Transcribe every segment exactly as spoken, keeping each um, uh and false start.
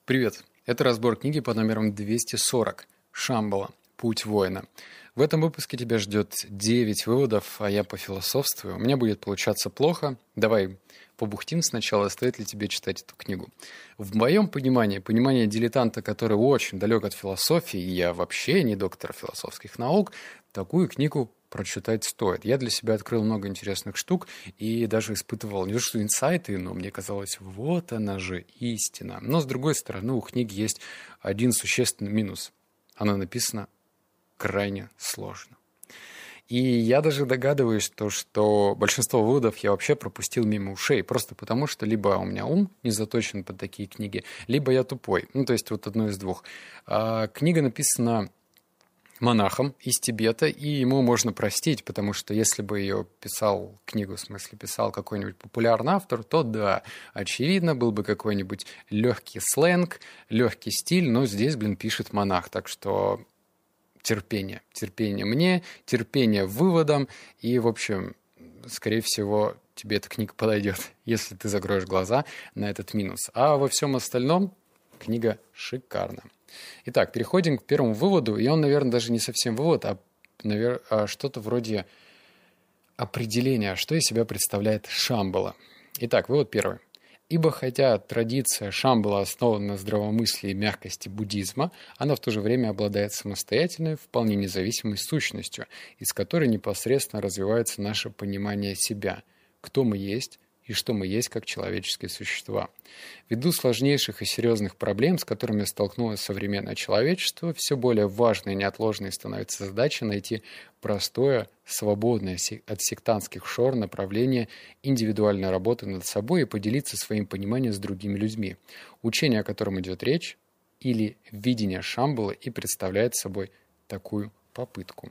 Привет! Это разбор книги под номером двести сорок «Шамбала. Путь воина». В этом выпуске тебя ждет девять выводов, а я пофилософствую. У меня будет получаться плохо. Давай побухтим сначала, стоит ли тебе читать эту книгу. В моем понимании, понимании дилетанта, который очень далек от философии, и я вообще не доктор философских наук, такую книгу прочитать стоит. Я для себя открыл много интересных штук и даже испытывал не то что инсайты, но мне казалось, вот она же истина. Но, с другой стороны, у книги есть один существенный минус. Она написана крайне сложно. И я даже догадываюсь, то, что большинство выводов я вообще пропустил мимо ушей, просто потому что либо у меня ум не заточен под такие книги, либо я тупой. Ну, то есть вот одно из двух. А, книга написана монахом из Тибета, и ему можно простить, потому что если бы ее писал, книгу в смысле писал какой-нибудь популярный автор, то да, очевидно, был бы какой-нибудь легкий сленг, легкий стиль, но здесь, блин, пишет монах, так что терпение, терпение мне, терпение выводам, и, в общем, скорее всего, тебе эта книга подойдет, если ты закроешь глаза на этот минус. А во всем остальном книга шикарна. Итак, переходим к первому выводу, и он, наверное, даже не совсем вывод, а, навер... а что-то вроде определения, что из себя представляет Шамбала. Итак, вывод первый. Ибо хотя традиция Шамбала основана на здравомыслии и мягкости буддизма, она в то же время обладает самостоятельной, вполне независимой сущностью, из которой непосредственно развивается наше понимание себя, кто мы есть и что мы есть как человеческие существа. Ввиду сложнейших и серьезных проблем, с которыми столкнулось современное человечество, все более важной и неотложной становится задача найти простое, свободное от сектантских шор направление индивидуальной работы над собой и поделиться своим пониманием с другими людьми. Учение, о котором идет речь, или видение Шамбалы, и представляет собой такую попытку.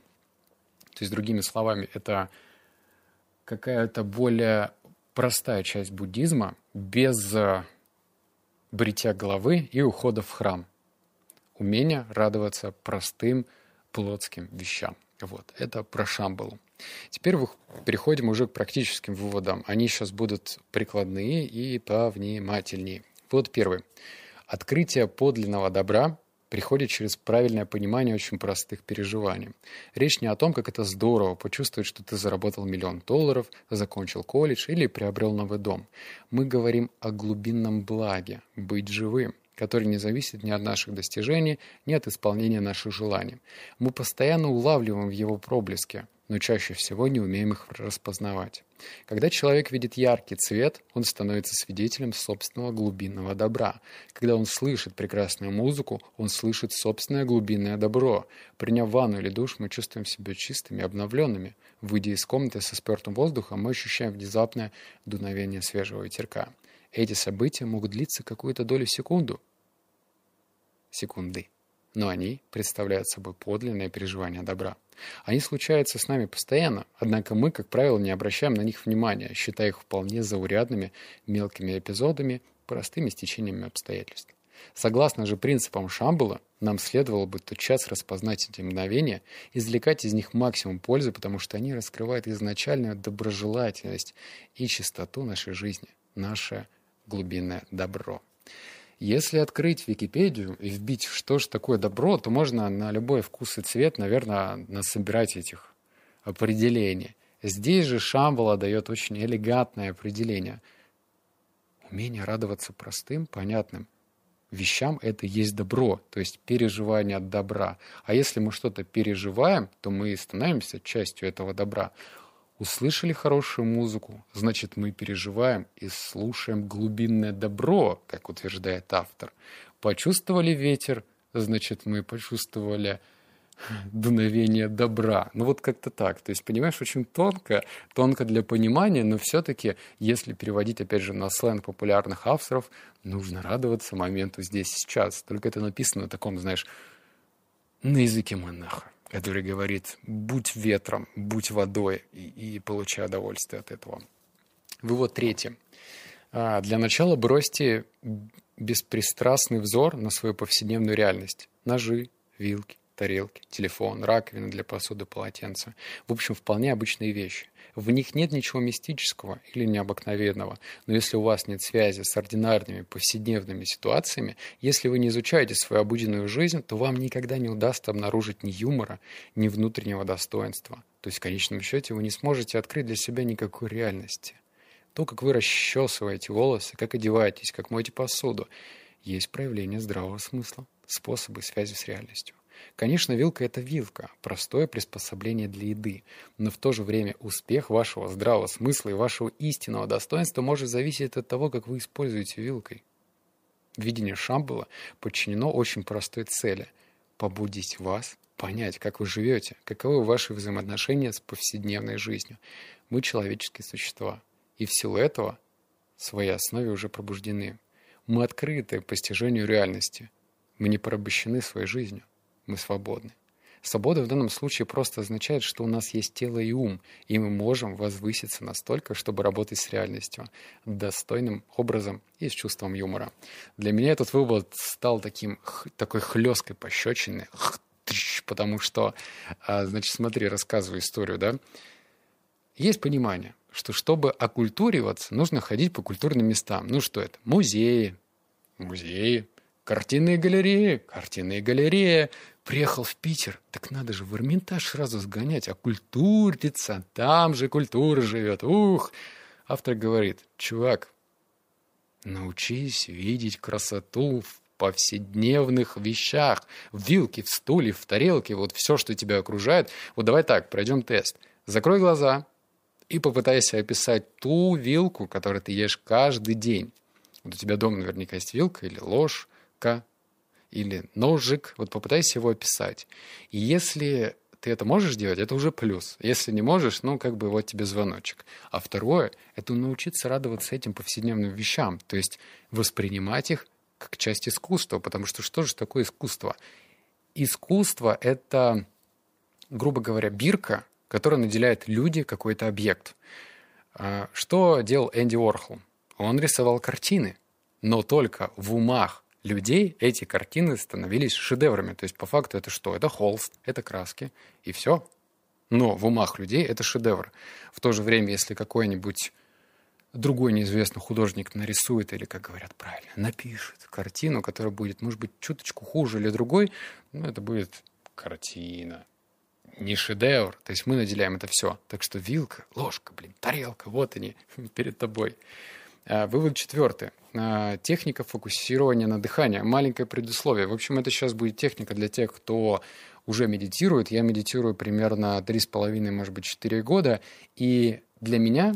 То есть, другими словами, это какая-то более простая часть буддизма без бритья головы и ухода в храм. Умение радоваться простым плотским вещам. Вот, это про Шамбалу. Теперь переходим уже к практическим выводам. Они сейчас будут прикладные и повнимательнее. Вот первый. Открытие подлинного добра приходит через правильное понимание очень простых переживаний. Речь не о том, как это здорово почувствовать, что ты заработал миллион долларов, закончил колледж или приобрел новый дом. Мы говорим о глубинном благе – быть живым, который не зависит ни от наших достижений, ни от исполнения наших желаний. Мы постоянно улавливаем его проблески, но чаще всего не умеем их распознавать. Когда человек видит яркий цвет, он становится свидетелем собственного глубинного добра. Когда он слышит прекрасную музыку, он слышит собственное глубинное добро. Приняв ванну или душ, мы чувствуем себя чистыми, обновленными. Выйдя из комнаты со спертым воздухом, мы ощущаем внезапное дуновение свежего ветерка. Эти события могут длиться какую-то долю секунду. Секунды. Но они представляют собой подлинное переживание добра. Они случаются с нами постоянно, однако мы, как правило, не обращаем на них внимания, считая их вполне заурядными мелкими эпизодами, простыми стечениями обстоятельств. Согласно же принципам Шамбала, нам следовало бы тотчас распознать эти мгновения, извлекать из них максимум пользы, потому что они раскрывают изначальную доброжелательность и чистоту нашей жизни, наше глубинное добро. Если открыть Википедию и вбить, что же такое добро, то можно на любой вкус и цвет, наверное, насобирать этих определений. Здесь же Шамбала дает очень элегантное определение. Умение радоваться простым, понятным вещам – это есть добро, то есть переживание от добра. А если мы что-то переживаем, то мы становимся частью этого добра. Услышали хорошую музыку, значит, мы переживаем и слушаем глубинное добро, как утверждает автор. Почувствовали ветер, значит, мы почувствовали дуновение добра. Ну вот как-то так. То есть, понимаешь, очень тонко, тонко для понимания, но все-таки, если переводить, опять же, на сленг популярных авторов, нужно радоваться моменту здесь и сейчас. Только это написано на таком, знаешь, на языке монаха, который говорит «будь ветром, будь водой» и, и получай удовольствие от этого. Вывод третий. А, для начала бросьте беспристрастный взор на свою повседневную реальность. Ножи, вилки, тарелки, телефон, раковина для посуды, полотенца. В общем, вполне обычные вещи. В них нет ничего мистического или необыкновенного. Но если у вас нет связи с ординарными повседневными ситуациями, если вы не изучаете свою обыденную жизнь, то вам никогда не удастся обнаружить ни юмора, ни внутреннего достоинства. То есть в конечном счете вы не сможете открыть для себя никакой реальности. То, как вы расчесываете волосы, как одеваетесь, как моете посуду, есть проявление здравого смысла, способы связи с реальностью. Конечно, вилка – это вилка, простое приспособление для еды, но в то же время успех вашего здравого смысла и вашего истинного достоинства может зависеть от того, как вы используете вилкой. Видение Шамбала подчинено очень простой цели – побудить вас понять, как вы живете, каковы ваши взаимоотношения с повседневной жизнью. Мы человеческие существа, и в силу этого в своей основе уже пробуждены. Мы открыты к постижению реальности, мы не порабощены своей жизнью. Мы свободны. Свобода в данном случае просто означает, что у нас есть тело и ум, и мы можем возвыситься настолько, чтобы работать с реальностью достойным образом и с чувством юмора. Для меня этот вывод стал таким, такой хлесткой пощечиной, потому что, значит, смотри, рассказываю историю, да. Есть понимание, что чтобы оккультуриваться, нужно ходить по культурным местам. Ну что это? Музеи, музеи, картинные галереи, картинные галереи. Приехал в Питер, так надо же в Эрмитаж сразу сгонять, оккультуриться, там же культура живет. Ух! Автор говорит: чувак, научись видеть красоту в повседневных вещах, в вилке, в стуле, в тарелке, вот все, что тебя окружает. Вот давай так, пройдем тест. Закрой глаза и попытайся описать ту вилку, которую ты ешь каждый день. Вот у тебя дома наверняка есть вилка или ложка, или ножик, вот попытайся его описать. И если ты это можешь делать, это уже плюс. Если не можешь, ну, как бы вот тебе звоночек. А второе — это научиться радоваться этим повседневным вещам, то есть воспринимать их как часть искусства, потому что что же такое искусство? Искусство — это, грубо говоря, бирка, которая наделяет люди какой-то объект. Что делал Энди Уорхол? Он рисовал картины, но только в умах людей эти картины становились шедеврами. То есть, по факту, это что? Это холст, это краски, и все. Но в умах людей это шедевр. В то же время, если какой-нибудь другой неизвестный художник нарисует, или, как говорят правильно, напишет картину, которая будет, может быть, чуточку хуже или другой, ну, это будет картина, не шедевр. То есть мы наделяем это все. Так что вилка, ложка, блин, тарелка, вот они перед тобой. Вывод четвертый. Техника фокусирования на дыхании. Маленькое предусловие. В общем, это сейчас будет техника для тех, кто уже медитирует. Я медитирую примерно три с половиной, может быть, четыре года. И для меня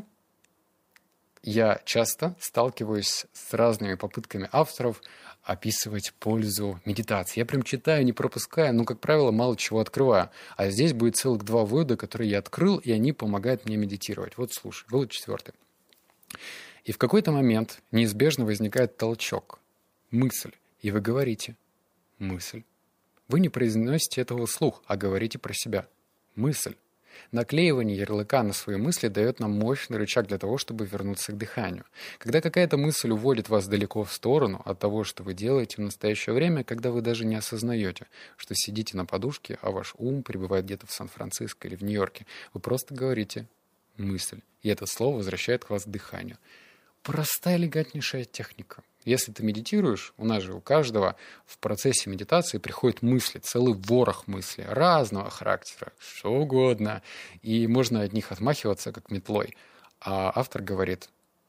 я часто сталкиваюсь с разными попытками авторов описывать пользу медитации. Я прям читаю, не пропуская, но, как правило, мало чего открываю. А здесь будет целых два вывода, которые я открыл, и они помогают мне медитировать. Вот слушай. Вывод четвертый. И в какой-то момент неизбежно возникает толчок, мысль, и вы говорите «мысль». Вы не произносите этого вслух, а говорите про себя «мысль». Наклеивание ярлыка на свои мысли дает нам мощный рычаг для того, чтобы вернуться к дыханию. Когда какая-то мысль уводит вас далеко в сторону от того, что вы делаете в настоящее время, когда вы даже не осознаете, что сидите на подушке, а ваш ум пребывает где-то в Сан-Франциско или в Нью-Йорке, вы просто говорите «мысль», и это слово возвращает вас к дыханию. Простая, элегантнейшая техника. Если ты медитируешь, у нас же у каждого в процессе медитации приходят мысли, целый ворох мыслей разного характера, что угодно, и можно от них отмахиваться, как метлой. А автор говорит,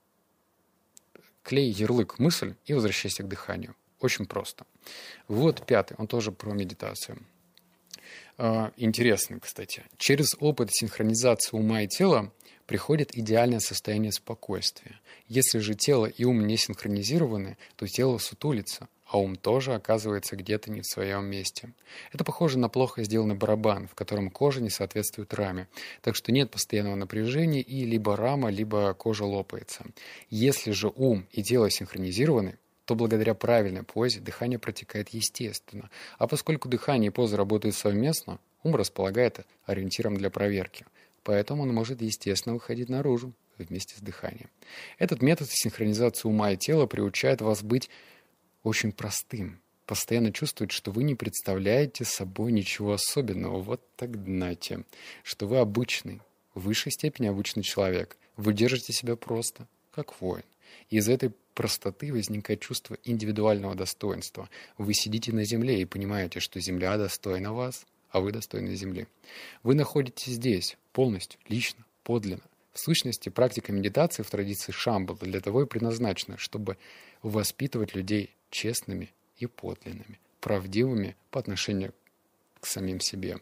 клей ярлык мысль и возвращайся к дыханию. Очень просто. Вот пятый, он тоже про медитацию. Интересно, кстати. Через опыт синхронизации ума и тела приходит идеальное состояние спокойствия. Если же тело и ум не синхронизированы, то тело сутулится, а ум тоже оказывается где-то не в своем месте. Это похоже на плохо сделанный барабан, в котором кожа не соответствует раме. Так что нет постоянного напряжения, и либо рама, либо кожа лопается. Если же ум и тело синхронизированы, то благодаря правильной позе дыхание протекает естественно. А поскольку дыхание и поза работают совместно, ум располагает ориентиром для проверки. Поэтому он может естественно выходить наружу вместе с дыханием. Этот метод синхронизации ума и тела приучает вас быть очень простым, постоянно чувствовать, что вы не представляете собой ничего особенного. Вот так знайте, что вы обычный, в высшей степени обычный человек. Вы держите себя просто, как воин. И из этой простоты возникает чувство индивидуального достоинства. Вы сидите на земле и понимаете, что земля достойна вас, а вы достойны земли. Вы находитесь здесь, полностью, лично, подлинно. В сущности, практика медитации в традиции Шамбалы для того и предназначена, чтобы воспитывать людей честными и подлинными, правдивыми по отношению к самим себе.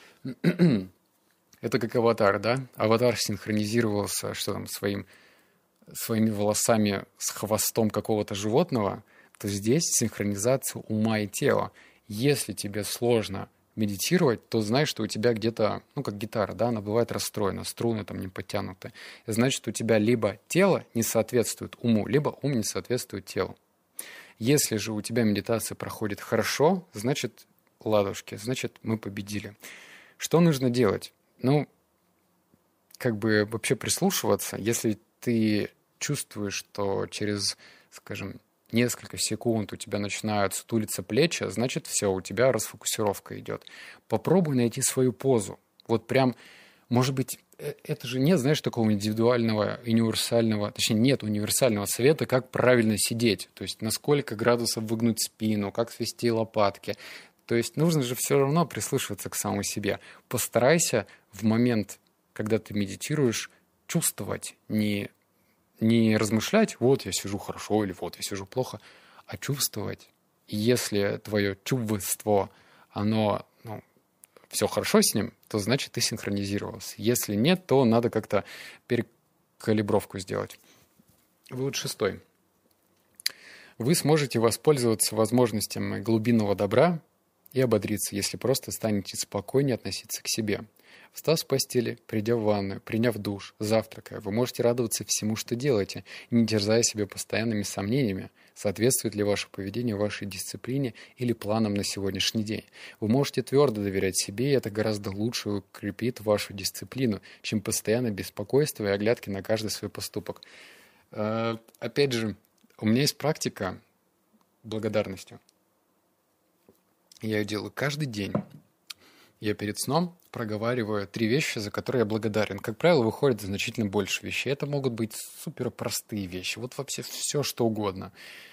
Это как аватар, да? Аватар синхронизировался, что там, своим, своими волосами с хвостом какого-то животного, то здесь синхронизация ума и тела. Если тебе сложно медитировать, то знай, что у тебя где-то, ну, как гитара, да, она бывает расстроена, струны там не подтянуты. Значит, у тебя либо тело не соответствует уму, либо ум не соответствует телу. Если же у тебя медитация проходит хорошо, значит, ладушки, значит, мы победили. Что нужно делать? Ну, как бы вообще прислушиваться, если ты чувствуешь, что через, скажем, несколько секунд у тебя начинают сутулиться плечи, значит, все, у тебя расфокусировка идет. Попробуй найти свою позу. Вот прям, может быть, это же нет, знаешь, такого индивидуального, универсального, точнее, нет универсального совета, как правильно сидеть. То есть, на сколько градусов выгнуть спину, как свести лопатки. То есть, нужно же все равно прислушиваться к самому себе. Постарайся в момент, когда ты медитируешь, чувствовать, не, не размышлять, вот я сижу хорошо или вот я сижу плохо, а чувствовать. И если твое чувство, оно, ну, все хорошо с ним, то значит ты синхронизировался. Если нет, то надо как-то перекалибровку сделать. Вывод шестой. Вы сможете воспользоваться возможностями глубинного добра и ободриться, если просто станете спокойнее относиться к себе. Встав с постели, придя в ванную, приняв душ, завтракая, вы можете радоваться всему, что делаете, не терзая себя постоянными сомнениями, соответствует ли ваше поведение вашей дисциплине или планам на сегодняшний день. Вы можете твердо доверять себе, и это гораздо лучше укрепит вашу дисциплину, чем постоянное беспокойство и оглядки на каждый свой поступок. Опять же, у меня есть практика благодарностью. Я ее делаю каждый день. Я перед сном проговариваю три вещи, за которые я благодарен. Как правило, выходит значительно больше вещей. Это могут быть супер простые вещи. Вот вообще все, что угодно.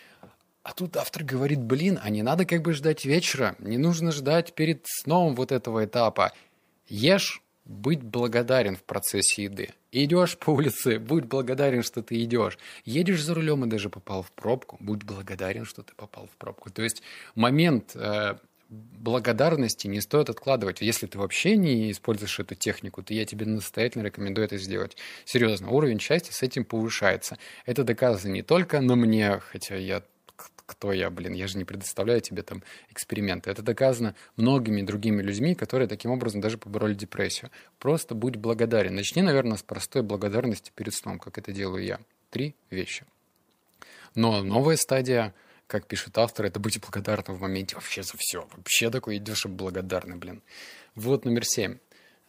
А тут автор говорит, блин, а не надо как бы ждать вечера. Не нужно ждать перед сном вот этого этапа. Ешь, быть благодарен в процессе еды. Идешь по улице, будь благодарен, что ты идешь. Едешь за рулем и даже попал в пробку, будь благодарен, что ты попал в пробку. То есть момент э, благодарности не стоит откладывать. Если ты вообще не используешь эту технику, то я тебе настоятельно рекомендую это сделать. Серьезно, уровень счастья с этим повышается. Это доказано не только на мне, хотя я... Кто я, блин? Я же не предоставляю тебе там эксперименты. Это доказано многими другими людьми, которые таким образом даже побороли депрессию. Просто будь благодарен. Начни, наверное, с простой благодарности перед сном, как это делаю я. Три вещи. Но новая стадия, как пишет автор, это быть благодарным в моменте вообще за все. Вообще такой идешь и благодарный, блин. Вот номер семь.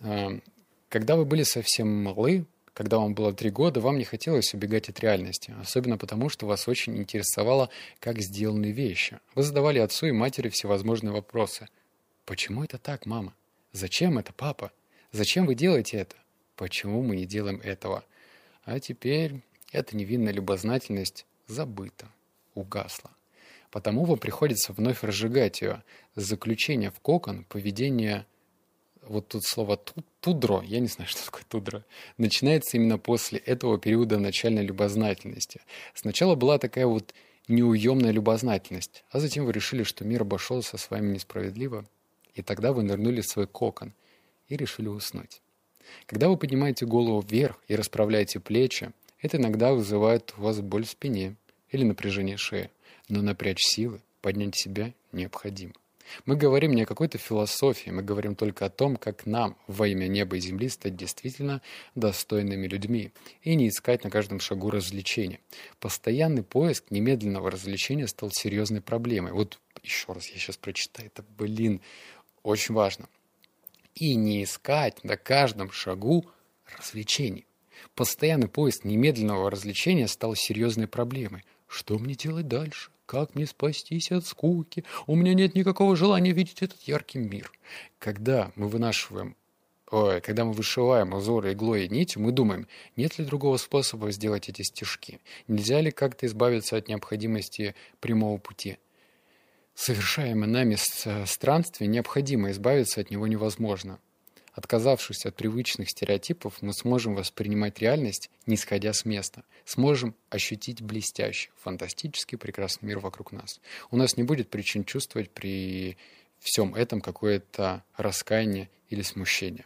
Когда вы были совсем малы, когда вам было три года, вам не хотелось убегать от реальности, особенно потому, что вас очень интересовало, как сделаны вещи. Вы задавали отцу и матери всевозможные вопросы. Почему это так, мама? Зачем это, папа? Зачем вы делаете это? Почему мы не делаем этого? А теперь эта невинная любознательность забыта, угасла. Потому вам приходится вновь разжигать ее. Заключение в кокон, поведение... Вот тут слово «тудро», я не знаю, что такое «тудро», начинается именно после этого периода начальной любознательности. Сначала была такая вот неуемная любознательность, а затем вы решили, что мир обошелся с вами несправедливо, и тогда вы нырнули в свой кокон и решили уснуть. Когда вы поднимаете голову вверх и расправляете плечи, это иногда вызывает у вас боль в спине или напряжение шеи, но напрячь силы, поднять себя необходимо. Мы говорим не о какой-то философии, мы говорим только о том, как нам во имя неба и земли стать действительно достойными людьми и не искать на каждом шагу развлечения. Постоянный поиск немедленного развлечения стал серьезной проблемой. Вот еще раз я сейчас прочитаю, это, блин, очень важно. И не искать на каждом шагу развлечений. Постоянный поиск немедленного развлечения стал серьезной проблемой. Что мне делать дальше? Как мне спастись от скуки? У меня нет никакого желания видеть этот яркий мир. Когда мы вынашиваем Ой, когда мы вышиваем узоры иглой и нитью, мы думаем, нет ли другого способа сделать эти стежки? Нельзя ли как-то избавиться от необходимости прямого пути? Совершаемое нами странствие необходимо, избавиться от него невозможно. Отказавшись от привычных стереотипов, мы сможем воспринимать реальность, не сходя с места. Сможем ощутить блестящий, фантастический, прекрасный мир вокруг нас. У нас не будет причин чувствовать при всем этом какое-то раскаяние или смущение.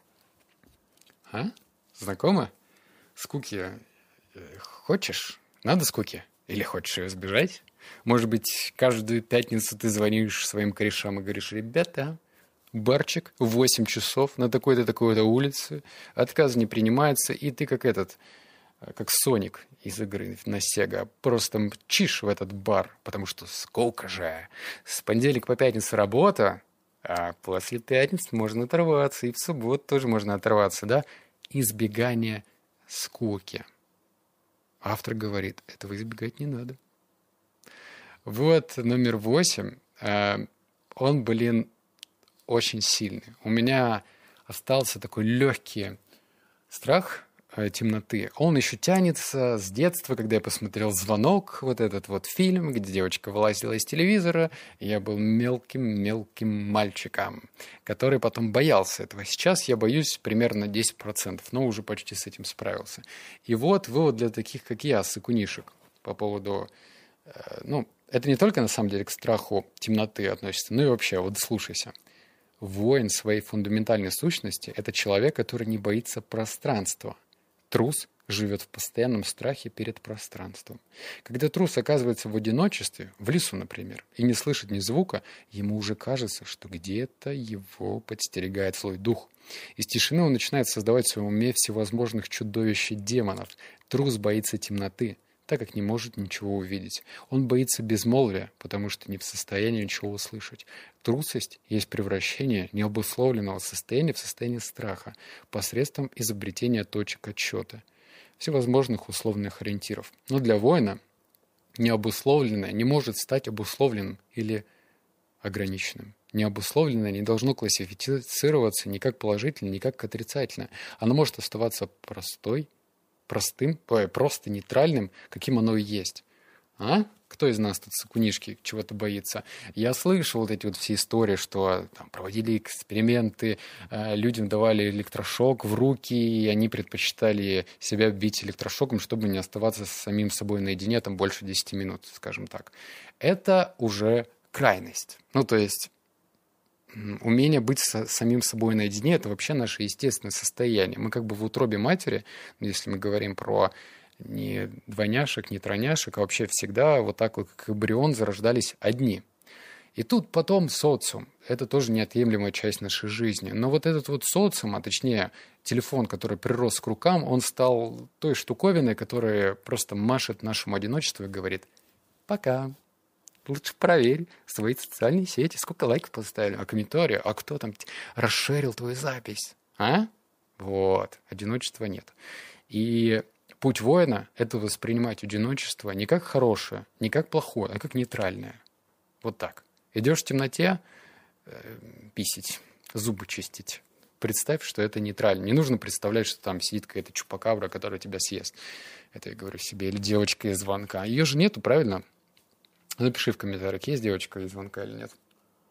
А? Знакомо? Скуки хочешь? Надо скуки? Или хочешь ее избежать? Может быть, каждую пятницу ты звонишь своим корешам и говоришь: ребята, барчик, восемь часов на такой-то, такой-то улице, отказ не принимается, и ты как этот, как Соник из игры на Сега, просто мчишь в этот бар, потому что скука же. С понедельника по пятницу работа, а после пятницы можно оторваться, и в субботу тоже можно оторваться, да? Избегание скуки. Автор говорит, этого избегать не надо. Вот номер восемь. Он, блин, очень сильный. У меня остался такой легкий страх темноты. Он еще тянется с детства, когда я посмотрел «Звонок», вот этот вот фильм, где девочка вылазила из телевизора. Я был мелким-мелким мальчиком, который потом боялся этого. Сейчас я боюсь примерно десять процентов, но уже почти с этим справился. И вот вывод для таких, как я, сыкунишек, по поводу... Э, ну, это не только на самом деле к страху темноты относится, но и вообще, вот слушайся. Воин своей фундаментальной сущности – это человек, который не боится пространства. Трус живет в постоянном страхе перед пространством. Когда трус оказывается в одиночестве, в лесу, например, и не слышит ни звука, ему уже кажется, что где-то его подстерегает злой дух. Из тишины он начинает создавать в своем уме всевозможных чудовищ и демонов. Трус боится темноты, так как не может ничего увидеть. Он боится безмолвия, потому что не в состоянии ничего услышать. Трусость есть превращение необусловленного состояния в состояние страха посредством изобретения точек отсчета, всевозможных условных ориентиров. Но для воина необусловленное не может стать обусловленным или ограниченным. Необусловленное не должно классифицироваться ни как положительное, ни как отрицательное. Оно может оставаться простой, простым, ой, просто нейтральным, каким оно и есть. А? Кто из нас тут сыкунишки чего-то боится? Я слышал вот эти вот все истории, что там проводили эксперименты, э, людям давали электрошок в руки, и они предпочитали себя бить электрошоком, чтобы не оставаться с самим собой наедине там больше десяти минут, скажем так. Это уже крайность. Ну, то есть умение быть со, самим собой наедине – это вообще наше естественное состояние. Мы как бы в утробе матери, если мы говорим про не двойняшек, не тройняшек, а вообще всегда вот так вот, как эмбрион, зарождались одни. И тут потом социум. Это тоже неотъемлемая часть нашей жизни. Но вот этот вот социум, а точнее телефон, который прирос к рукам, он стал той штуковиной, которая просто машет нашему одиночеству и говорит «пока». Лучше проверь свои социальные сети, сколько лайков поставили, а комментарии, а кто там расширил твою запись, а? Вот, одиночества нет. И путь воина – это воспринимать одиночество не как хорошее, не как плохое, а как нейтральное. Вот так. Идешь в темноте, э, писить, зубы чистить. Представь, что это нейтрально. Не нужно представлять, что там сидит какая-то чупакабра, которая тебя съест. Это я говорю себе. Или девочка из звонка. Ее же нету, правильно? Напиши в комментариях, есть девочка из звонка или нет.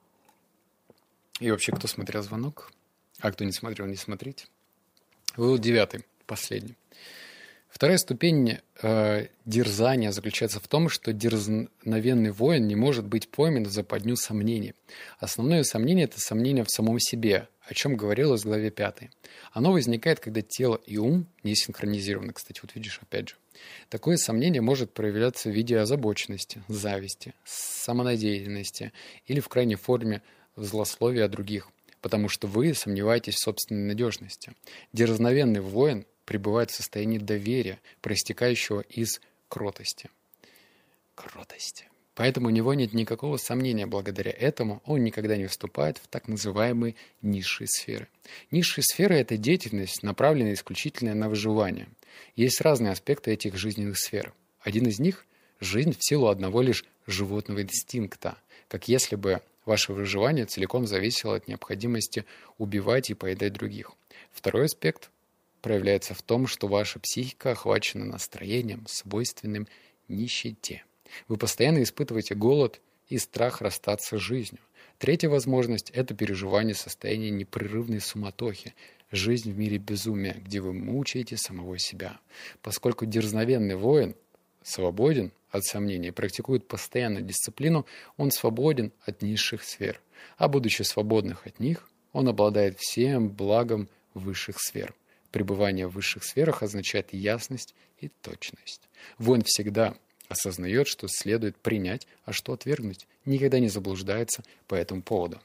И вообще, кто смотрел «Звонок», а кто не смотрел, не смотрите. Вывод девятый, последний. Вторая ступень э, дерзания заключается в том, что дерзновенный воин не может быть пойман в западню сомнений. Основное сомнение – это сомнение в самом себе, о чем говорилось в главе пятой. Оно возникает, когда тело и ум не синхронизированы. Кстати, вот видишь, опять же. Такое сомнение может проявляться в виде озабоченности, зависти, самонадеянности или в крайней форме злословия о других, потому что вы сомневаетесь в собственной надежности. Дерзновенный воин пребывает в состоянии доверия, проистекающего из кротости. Кротости. Поэтому у него нет никакого сомнения. Благодаря этому он никогда не вступает в так называемые низшие сферы. Низшие сферы – это деятельность, направленная исключительно на выживание. Есть разные аспекты этих жизненных сфер. Один из них – жизнь в силу одного лишь животного инстинкта, как если бы ваше выживание целиком зависело от необходимости убивать и поедать других. Второй аспект проявляется в том, что ваша психика охвачена настроением, свойственным нищете. Вы постоянно испытываете голод и страх расстаться с жизнью. Третья возможность – это переживание состояния непрерывной суматохи, жизнь в мире безумия, где вы мучаете самого себя. Поскольку дерзновенный воин свободен от сомнений, практикует постоянно дисциплину, он свободен от низших сфер. А будучи свободных от них, он обладает всем благом высших сфер. Пребывание в высших сферах означает ясность и точность. Воин всегда осознает, что следует принять, а что отвергнуть, никогда не заблуждается по этому поводу.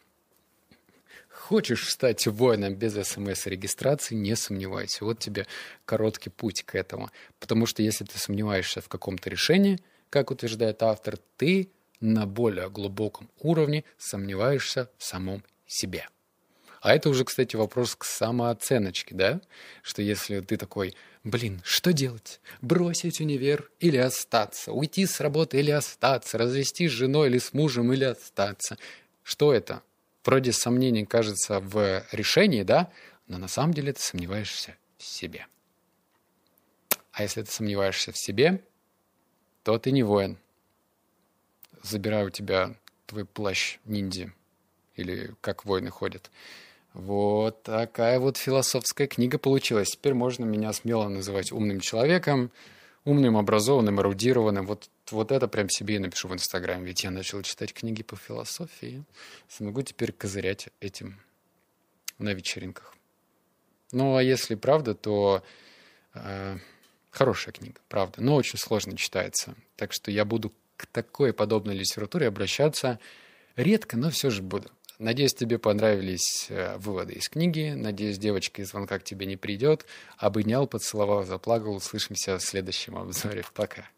Хочешь стать воином без смс-регистрации, не сомневайся. Вот тебе короткий путь к этому. Потому что если ты сомневаешься в каком-то решении, как утверждает автор, ты на более глубоком уровне сомневаешься в самом себе. А это уже, кстати, вопрос к самооценочке, да? Что если ты такой, блин, что делать? Бросить универ или остаться? Уйти с работы или остаться? Развестись с женой или с мужем или остаться? Что это? Вроде сомнений кажется в решении, да? Но на самом деле ты сомневаешься в себе. А если ты сомневаешься в себе, то ты не воин. Забираю у тебя твой плащ ниндзя. Или как воины ходят. Вот такая вот философская книга получилась. Теперь можно меня смело называть умным человеком, умным, образованным, эрудированным. Вот, вот это прям себе и напишу в Инстаграме. Ведь я начал читать книги по философии. Смогу теперь козырять этим на вечеринках. Ну, а если правда, то э, хорошая книга, правда. Но очень сложно читается. Так что я буду к такой подобной литературе обращаться редко, но все же буду. Надеюсь, тебе понравились выводы из книги. Надеюсь, девочка из звонка к тебе не придет. Обнял, поцеловал, заплакал. Услышимся в следующем обзоре. Пока.